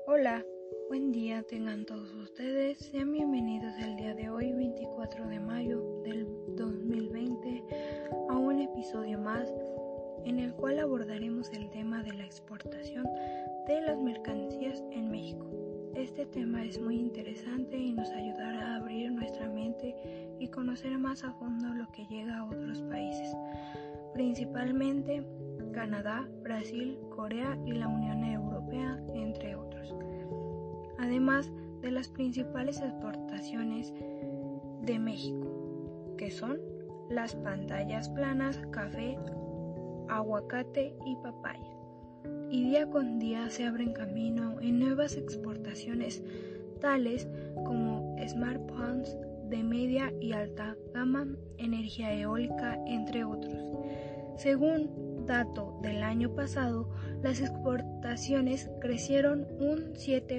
Hola, buen día tengan todos ustedes. Sean bienvenidos el día de hoy, 24 de mayo del 2020, a un episodio más en el cual abordaremos el tema de la exportación de las mercancías en México. Este tema es muy interesante y nos ayudará a abrir nuestra mente y conocer más a fondo lo que llega a otros países, principalmente Canadá, Brasil, Corea y la Unión Europea, entre otros. Además de las principales exportaciones de México, que son las pantallas planas, café, aguacate y papaya. Y día con día se abren camino en nuevas exportaciones, tales como smartphones de media y alta gama, energía eólica, entre otros. Según dato del año pasado, las exportaciones crecieron un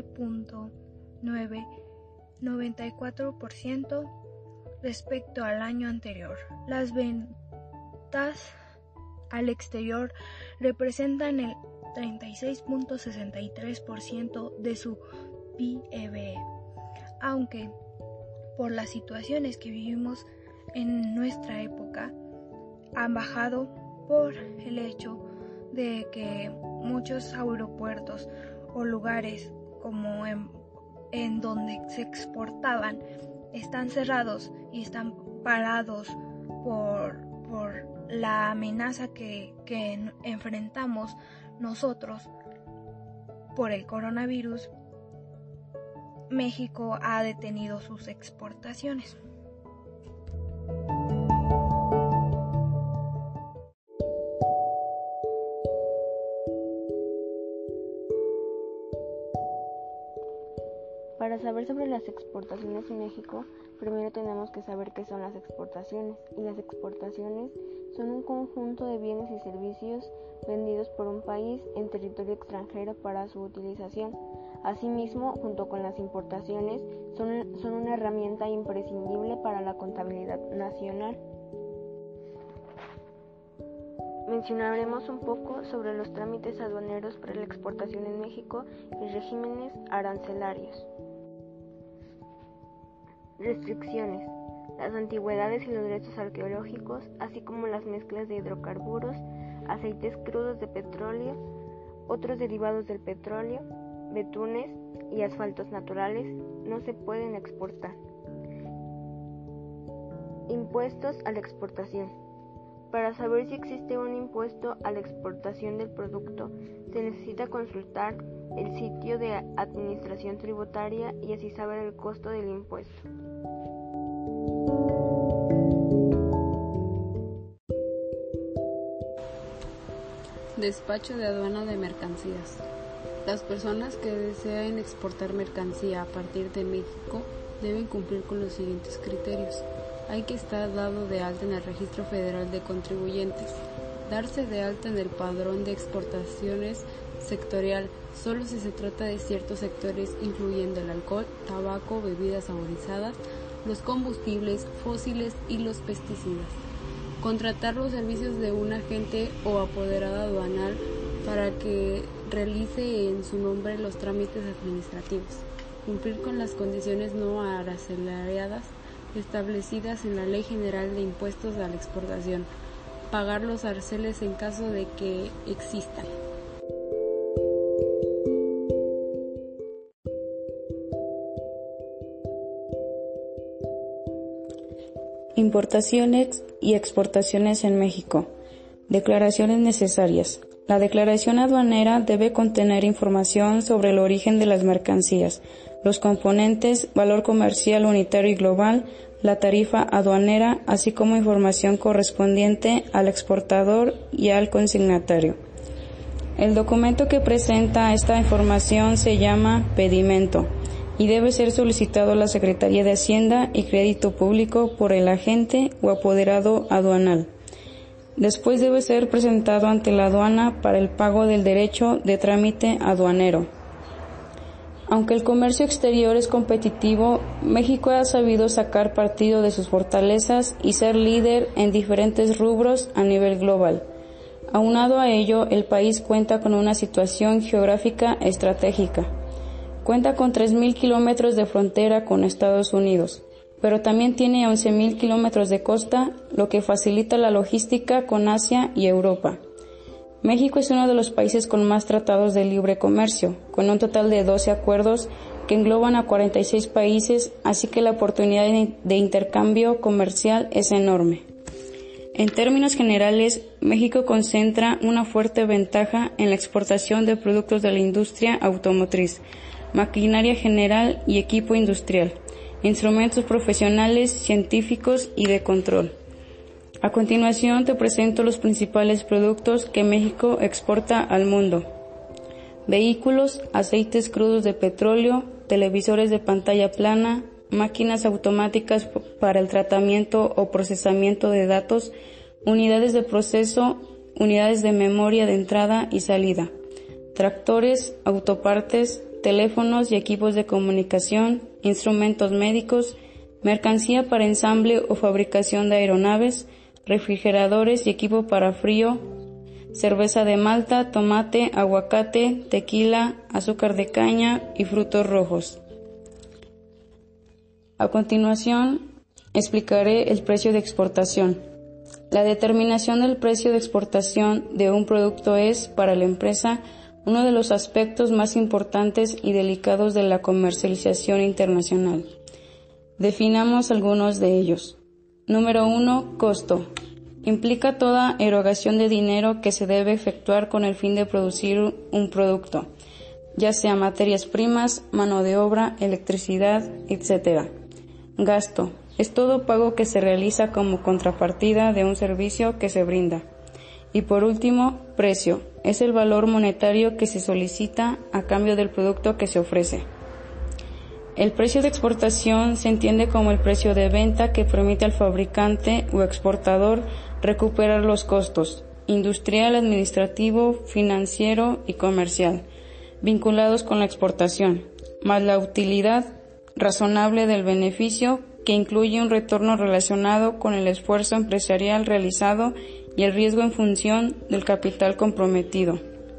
7.94% respecto al año anterior. Las ventas al exterior representan el 36.63% de su PIB, aunque por las situaciones que vivimos en nuestra época han bajado por el hecho de que muchos aeropuertos o lugares como en donde se exportaban están cerrados y están parados por la amenaza que enfrentamos nosotros por el coronavirus. México ha detenido sus exportaciones. Para saber sobre las exportaciones en México, primero tenemos que saber qué son las exportaciones. Y las exportaciones son un conjunto de bienes y servicios vendidos por un país en territorio extranjero para su utilización. Asimismo, junto con las importaciones, son una herramienta imprescindible para la contabilidad nacional. Mencionaremos un poco sobre los trámites aduaneros para la exportación en México y regímenes arancelarios. Restricciones. Las antigüedades y los restos arqueológicos, así como las mezclas de hidrocarburos, aceites crudos de petróleo, otros derivados del petróleo, betunes y asfaltos naturales, no se pueden exportar. Impuestos a la exportación. Para saber si existe un impuesto a la exportación del producto, se necesita consultar el sitio de Administración Tributaria y así saber el costo del impuesto. Despacho de aduana de mercancías. Las personas que deseen exportar mercancía a partir de México deben cumplir con los siguientes criterios. Hay que estar dado de alta en el Registro Federal de Contribuyentes, darse de alta en el Padrón de Exportaciones sectorial, solo si se trata de ciertos sectores incluyendo el alcohol, tabaco, bebidas saborizadas, los combustibles fósiles y los pesticidas. Contratar los servicios de un agente o apoderado aduanal para que realice en su nombre los trámites administrativos. Cumplir con las condiciones no arancelarias establecidas en la Ley General de Impuestos a la Exportación. Pagar los aranceles en caso de que existan. Importaciones y exportaciones en México. Declaraciones necesarias. La declaración aduanera debe contener información sobre el origen de las mercancías, los componentes, valor comercial unitario y global, la tarifa aduanera, así como información correspondiente al exportador y al consignatario. El documento que presenta esta información se llama pedimento y debe ser solicitado a la Secretaría de Hacienda y Crédito Público por el agente o apoderado aduanal. Después debe ser presentado ante la aduana para el pago del derecho de trámite aduanero. Aunque el comercio exterior es competitivo, México ha sabido sacar partido de sus fortalezas y ser líder en diferentes rubros a nivel global. Aunado a ello, el país cuenta con una situación geográfica estratégica. Cuenta con 3.000 kilómetros de frontera con Estados Unidos, pero también tiene 11.000 kilómetros de costa, lo que facilita la logística con Asia y Europa. México es uno de los países con más tratados de libre comercio, con un total de 12 acuerdos que engloban a 46 países, así que la oportunidad de intercambio comercial es enorme. En términos generales, México concentra una fuerte ventaja en la exportación de productos de la industria automotriz, maquinaria general y equipo industrial, instrumentos profesionales, científicos y de control. A continuación te presento los principales productos que México exporta al mundo. Vehículos, aceites crudos de petróleo, televisores de pantalla plana, máquinas automáticas para el tratamiento o procesamiento de datos, unidades de proceso, unidades de memoria de entrada y salida, tractores, autopartes, teléfonos y equipos de comunicación, instrumentos médicos, mercancía para ensamble o fabricación de aeronaves, refrigeradores y equipo para frío, cerveza de malta, tomate, aguacate, tequila, azúcar de caña y frutos rojos. A continuación, explicaré el precio de exportación. La determinación del precio de exportación de un producto es, para la empresa, uno de los aspectos más importantes y delicados de la comercialización internacional. Definamos algunos de ellos. Número 1. Costo. Implica toda erogación de dinero que se debe efectuar con el fin de producir un producto, ya sea materias primas, mano de obra, electricidad, etc. Gasto. Es todo pago que se realiza como contrapartida de un servicio que se brinda. Y por último, precio. Es el valor monetario que se solicita a cambio del producto que se ofrece. El precio de exportación se entiende como el precio de venta que permite al fabricante o exportador recuperar los costos industrial, administrativo, financiero y comercial vinculados con la exportación, más la utilidad razonable del beneficio, que incluye un retorno relacionado con el esfuerzo empresarial realizado y el riesgo en función del capital comprometido.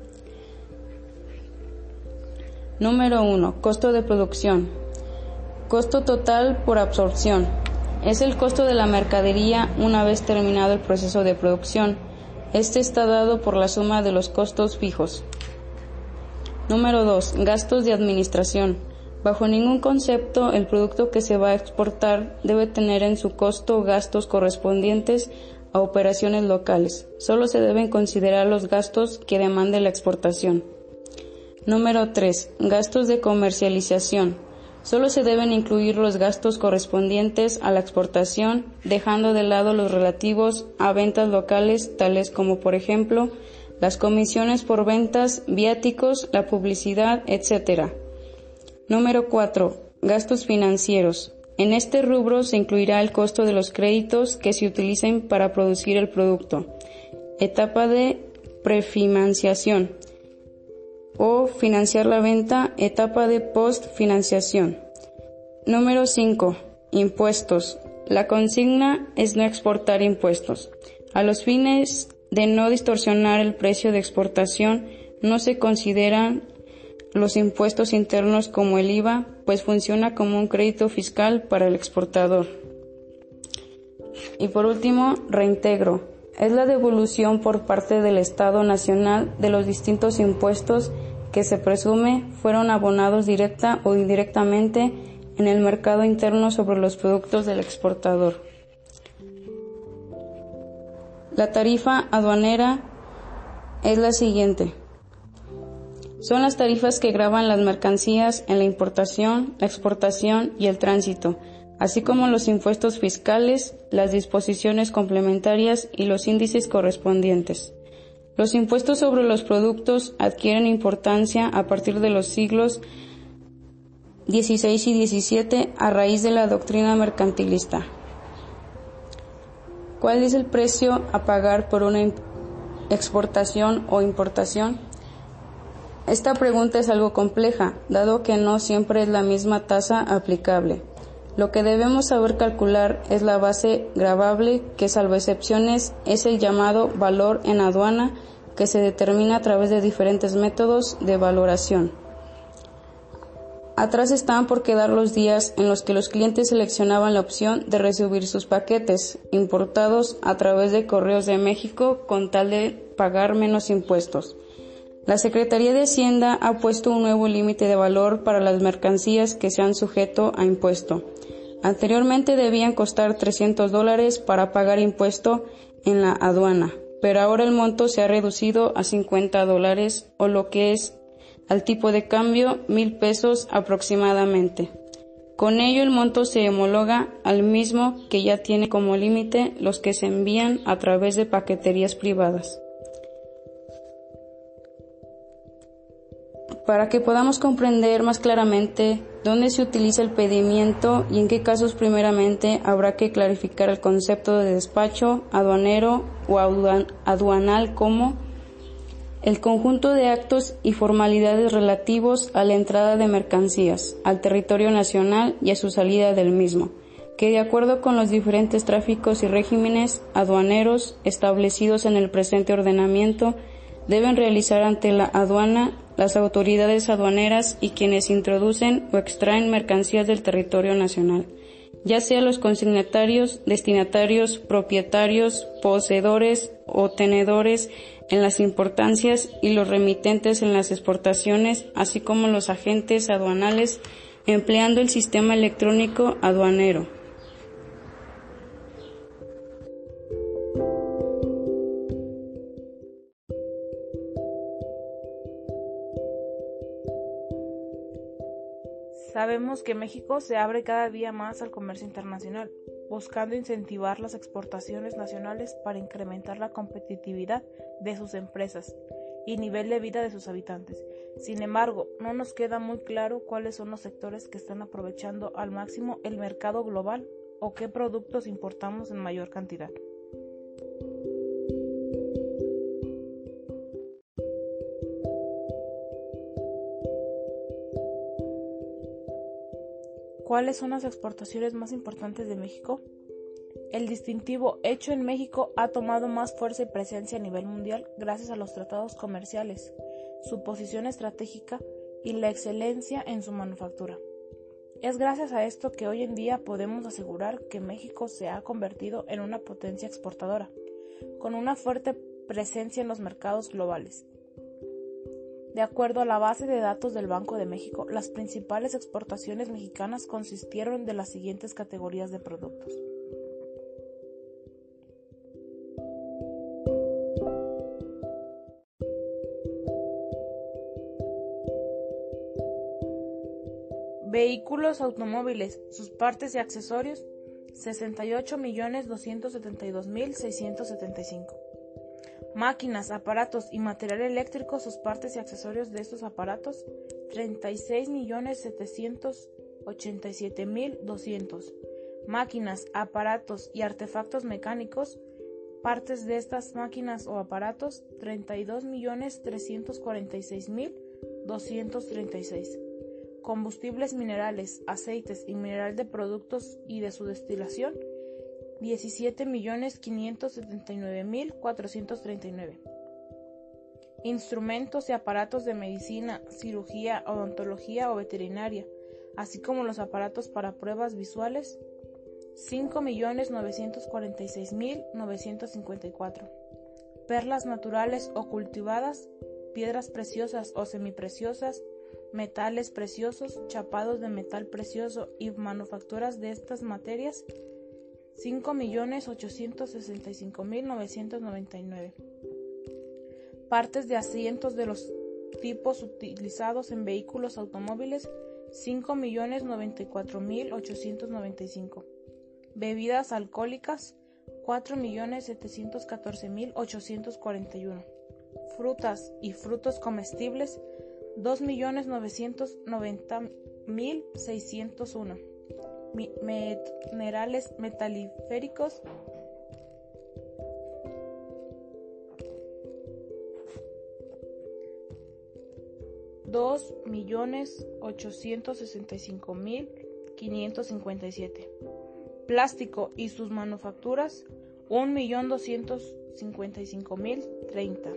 Número 1. Costo de producción. Costo total por absorción. Es el costo de la mercadería una vez terminado el proceso de producción. Este está dado por la suma de los costos fijos. Número 2. Gastos de administración. Bajo ningún concepto, el producto que se va a exportar debe tener en su costo gastos correspondientes a operaciones locales. Solo se deben considerar los gastos que demande la exportación. Número 3. Gastos de comercialización. Solo se deben incluir los gastos correspondientes a la exportación, dejando de lado los relativos a ventas locales, tales como, por ejemplo, las comisiones por ventas, viáticos, la publicidad, etc. Número 4. Gastos financieros. En este rubro se incluirá el costo de los créditos que se utilicen para producir el producto. Etapa de prefinanciación o financiar la venta, etapa de postfinanciación. Número 5. Impuestos. La consigna es no exportar impuestos. A los fines de no distorsionar el precio de exportación, no se consideran los impuestos internos como el IVA, pues funciona como un crédito fiscal para el exportador. Y por último, reintegro. Es la devolución por parte del Estado Nacional de los distintos impuestos que se presume fueron abonados directa o indirectamente en el mercado interno sobre los productos del exportador. La tarifa aduanera es la siguiente. Son las tarifas que gravan las mercancías en la importación, la exportación y el tránsito, así como los impuestos fiscales, las disposiciones complementarias y los índices correspondientes. Los impuestos sobre los productos adquieren importancia a partir de los siglos XVI y XVII a raíz de la doctrina mercantilista. ¿Cuál es el precio a pagar por una exportación o importación? Esta pregunta es algo compleja, dado que no siempre es la misma tasa aplicable. Lo que debemos saber calcular es la base gravable, que salvo excepciones es el llamado valor en aduana, que se determina a través de diferentes métodos de valoración. Atrás estaban por quedar los días en los que los clientes seleccionaban la opción de recibir sus paquetes importados a través de Correos de México con tal de pagar menos impuestos. La Secretaría de Hacienda ha puesto un nuevo límite de valor para las mercancías que sean sujeto a impuesto. Anteriormente debían costar $300 para pagar impuesto en la aduana, pero ahora el monto se ha reducido a $50 o lo que es al tipo de cambio 1,000 pesos aproximadamente. Con ello el monto se homologa al mismo que ya tiene como límite los que se envían a través de paqueterías privadas. Para que podamos comprender más claramente dónde se utiliza el pedimiento y en qué casos primeramente habrá que clarificar el concepto de despacho, aduanero o aduanal como el conjunto de actos y formalidades relativos a la entrada de mercancías al territorio nacional y a su salida del mismo, que de acuerdo con los diferentes tráficos y regímenes aduaneros establecidos en el presente ordenamiento, deben realizar ante la aduana las autoridades aduaneras y quienes introducen o extraen mercancías del territorio nacional, ya sea los consignatarios, destinatarios, propietarios, poseedores o tenedores en las importancias y los remitentes en las exportaciones, así como los agentes aduanales empleando el sistema electrónico aduanero. Sabemos que México se abre cada día más al comercio internacional, buscando incentivar las exportaciones nacionales para incrementar la competitividad de sus empresas y nivel de vida de sus habitantes. Sin embargo, no nos queda muy claro cuáles son los sectores que están aprovechando al máximo el mercado global o qué productos importamos en mayor cantidad. ¿Cuáles son las exportaciones más importantes de México? El distintivo hecho en México ha tomado más fuerza y presencia a nivel mundial gracias a los tratados comerciales, su posición estratégica y la excelencia en su manufactura. Es gracias a esto que hoy en día podemos asegurar que México se ha convertido en una potencia exportadora, con una fuerte presencia en los mercados globales. De acuerdo a la base de datos del Banco de México, las principales exportaciones mexicanas consistieron de las siguientes categorías de productos. Vehículos automóviles, sus partes y accesorios, 68.272.675. Máquinas, aparatos y material eléctrico, sus partes y accesorios de estos aparatos, 36.787.200. Máquinas, aparatos y artefactos mecánicos, partes de estas máquinas o aparatos, 32.346.236. Combustibles minerales, aceites y mineral de productos y de su destilación, 17.579.439. Instrumentos y aparatos de medicina, cirugía, odontología o veterinaria, así como los aparatos para pruebas visuales, 5.946.954. Perlas naturales o cultivadas, piedras preciosas o semipreciosas, metales preciosos, chapados de metal precioso y manufacturas de estas materias, 5.865.999. Partes de asientos de los tipos utilizados en vehículos automóviles, 5.094.895. Bebidas alcohólicas, 4.714.841. Frutas y frutos comestibles, 2.990.601. Minerales metalíferos, 2.865.557. Plástico y sus manufacturas, 1.255.030.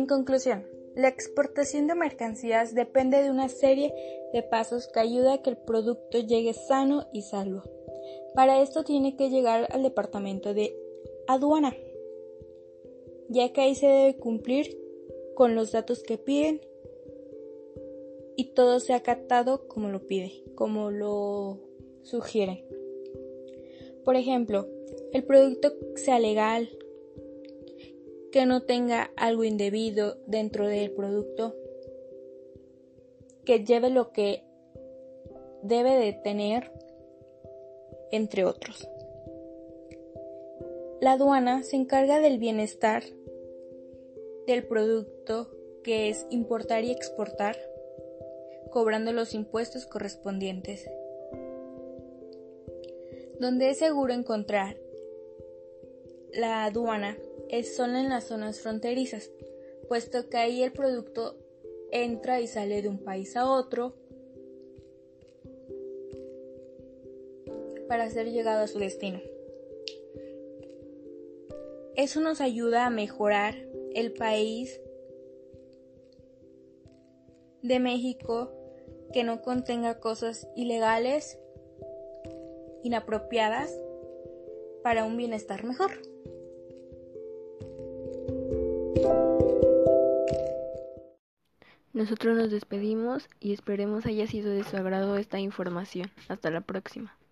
En conclusión, la exportación de mercancías depende de una serie de pasos que ayuda a que el producto llegue sano y salvo. Para esto tiene que llegar al departamento de aduana, ya que ahí se debe cumplir con los datos que piden y todo sea acatado como lo pide, como lo sugiere. Por ejemplo, el producto sea legal, que no tenga algo indebido dentro del producto, que lleve lo que debe de tener, entre otros. La aduana se encarga del bienestar del producto, que es importar y exportar, cobrando los impuestos correspondientes. Donde es seguro encontrar la aduana es solo en las zonas fronterizas, puesto que ahí el producto entra y sale de un país a otro para ser llegado a su destino. Eso nos ayuda a mejorar el país de México, que no contenga cosas ilegales, inapropiadas, para un bienestar mejor. Nosotros nos despedimos y esperemos haya sido de su agrado esta información. Hasta la próxima.